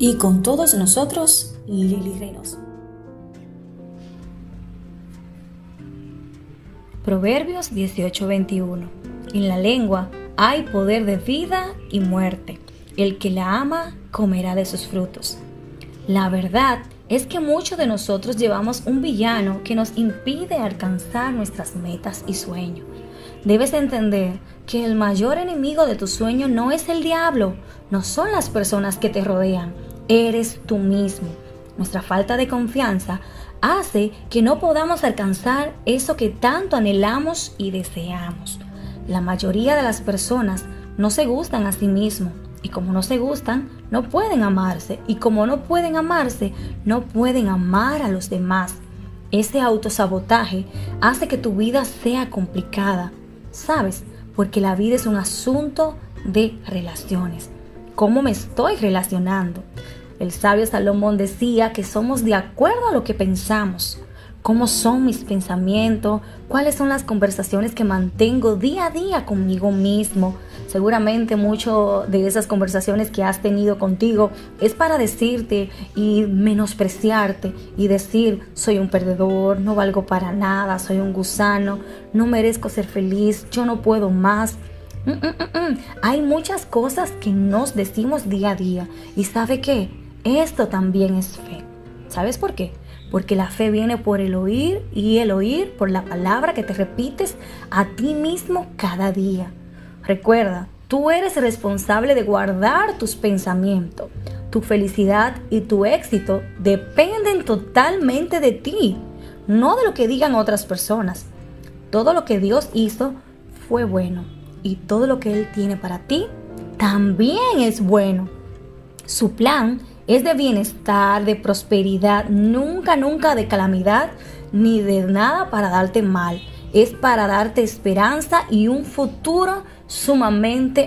Y con todos nosotros, Lili Reynoso. Proverbios 18:21. En la lengua hay poder de vida y muerte. El que la ama comerá de sus frutos. La verdad es que muchos de nosotros llevamos un villano que nos impide alcanzar nuestras metas y sueños. Debes entender que el mayor enemigo de tu sueño no es el diablo, no son las personas que te rodean, eres tú mismo. Nuestra falta de confianza hace que no podamos alcanzar eso que tanto anhelamos y deseamos. La mayoría de las personas no se gustan a sí mismos y como no se gustan, no pueden amarse y como no pueden amarse, no pueden amar a los demás. Ese autosabotaje hace que tu vida sea complicada, ¿sabes? Porque la vida es un asunto de relaciones. ¿Cómo me estoy relacionando? El sabio Salomón decía que somos de acuerdo a lo que pensamos. ¿Cómo son mis pensamientos? ¿Cuáles son las conversaciones que mantengo día a día conmigo mismo? Seguramente mucho de esas conversaciones que has tenido contigo es para decirte y menospreciarte y decir soy un perdedor, no valgo para nada, soy un gusano, no merezco ser feliz, yo no puedo más. Hay muchas cosas que nos decimos día a día y ¿sabe qué? Esto también es fe. ¿Sabes por qué? Porque la fe viene por el oír y el oír por la palabra que te repites a ti mismo cada día. Recuerda, tú eres responsable de guardar tus pensamientos. Tu felicidad y tu éxito dependen totalmente de ti, no de lo que digan otras personas. Todo lo que Dios hizo fue bueno y todo lo que Él tiene para ti también es bueno. Su plan es de bienestar, de prosperidad, nunca de calamidad, ni de nada para darte mal. Es para darte esperanza y un futuro sumamente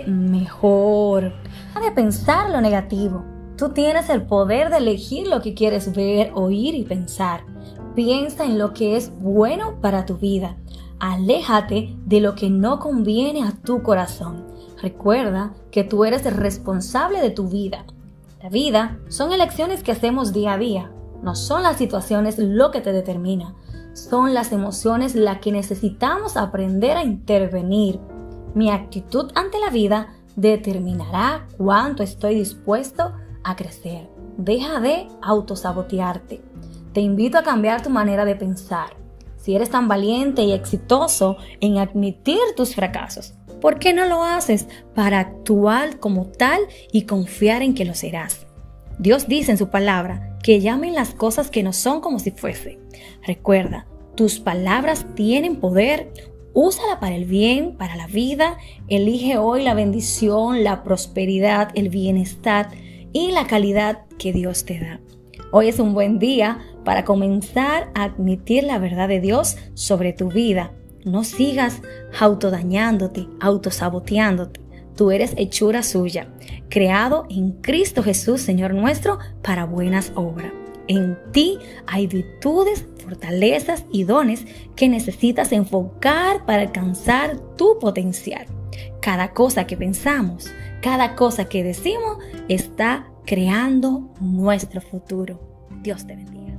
mejor. Deja de pensar lo negativo. Tú tienes el poder de elegir lo que quieres ver, oír y pensar. Piensa en lo que es bueno para tu vida. Aléjate de lo que no conviene a tu corazón. Recuerda que tú eres el responsable de tu vida. La vida son elecciones que hacemos día a día. No son las situaciones lo que te determina. Son las emociones las que necesitamos aprender a intervenir. Mi actitud ante la vida determinará cuánto estoy dispuesto a crecer. Deja de autosabotearte. Te invito a cambiar tu manera de pensar. Si eres tan valiente y exitoso en admitir tus fracasos, ¿por qué no lo haces para actuar como tal y confiar en que lo serás? Dios dice en su palabra que llamen las cosas que no son como si fuese. Recuerda, tus palabras tienen poder. Úsala para el bien, para la vida. Elige hoy la bendición, la prosperidad, el bienestar y la calidad que Dios te da. Hoy es un buen día para comenzar a admitir la verdad de Dios sobre tu vida. No sigas autodañándote, autosaboteándote. Tú eres hechura suya, creado en Cristo Jesús, Señor nuestro, para buenas obras. En ti hay virtudes, fortalezas y dones que necesitas enfocar para alcanzar tu potencial. Cada cosa que pensamos, cada cosa que decimos está creando nuestro futuro. Dios te bendiga.